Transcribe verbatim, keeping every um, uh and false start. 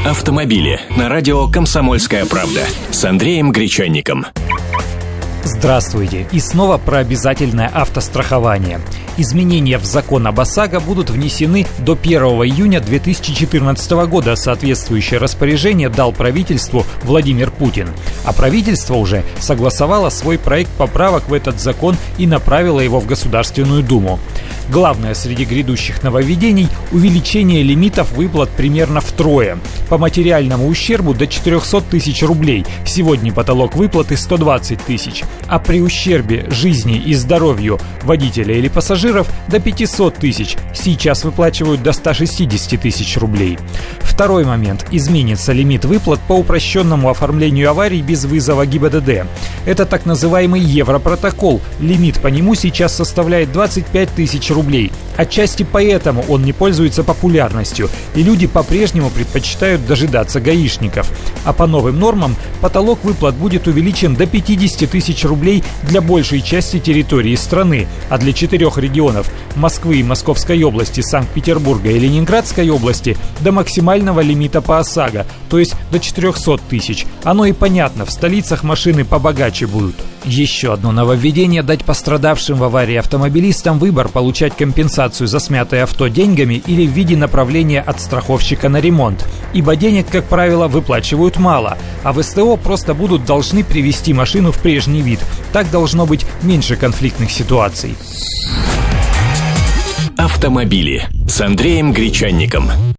Автомобили на радио «Комсомольская правда» с Андреем Гречанником. Здравствуйте! И снова про обязательное автострахование. Изменения в закон об ОСАГО будут внесены до первого июня две тысячи четырнадцатого года. Соответствующее распоряжение дал правительству Владимир Путин. А правительство уже согласовало свой проект поправок в этот закон и направило его в Государственную Думу. Главное среди грядущих нововведений – увеличение лимитов выплат примерно втрое. По материальному ущербу до четырехсот тысяч рублей. Сегодня потолок выплаты сто двадцать тысяч. А при ущербе жизни и здоровью водителя или пассажиров до пятисот тысяч. Сейчас выплачивают до ста шестидесяти тысяч рублей. Второй момент. Изменится лимит выплат по упрощенному оформлению аварий без вызова ГИБДД. Это так называемый Европротокол. Лимит по нему сейчас составляет двадцать пять тысяч рублей. Отчасти поэтому он не пользуется популярностью, и люди по-прежнему предпочитают дожидаться гаишников. А по новым нормам потолок выплат будет увеличен до пятидесяти тысяч рублей для большей части территории страны, а для четырех регионов – Москвы и Московской области, Санкт-Петербурга и Ленинградской области – до максимального лимита по ОСАГО, то есть до четырехсот тысяч. Оно и понятно, в столицах машины побогаче будут. Еще одно нововведение – дать пострадавшим в аварии автомобилистам выбор получать компенсацию за смятое авто деньгами или в виде направления от страховщика на ремонт. Ибо денег, как правило, выплачивают мало, а в СТО просто будут должны привести машину в прежний вид. Так должно быть меньше конфликтных ситуаций. Автомобили с Андреем Гречанником.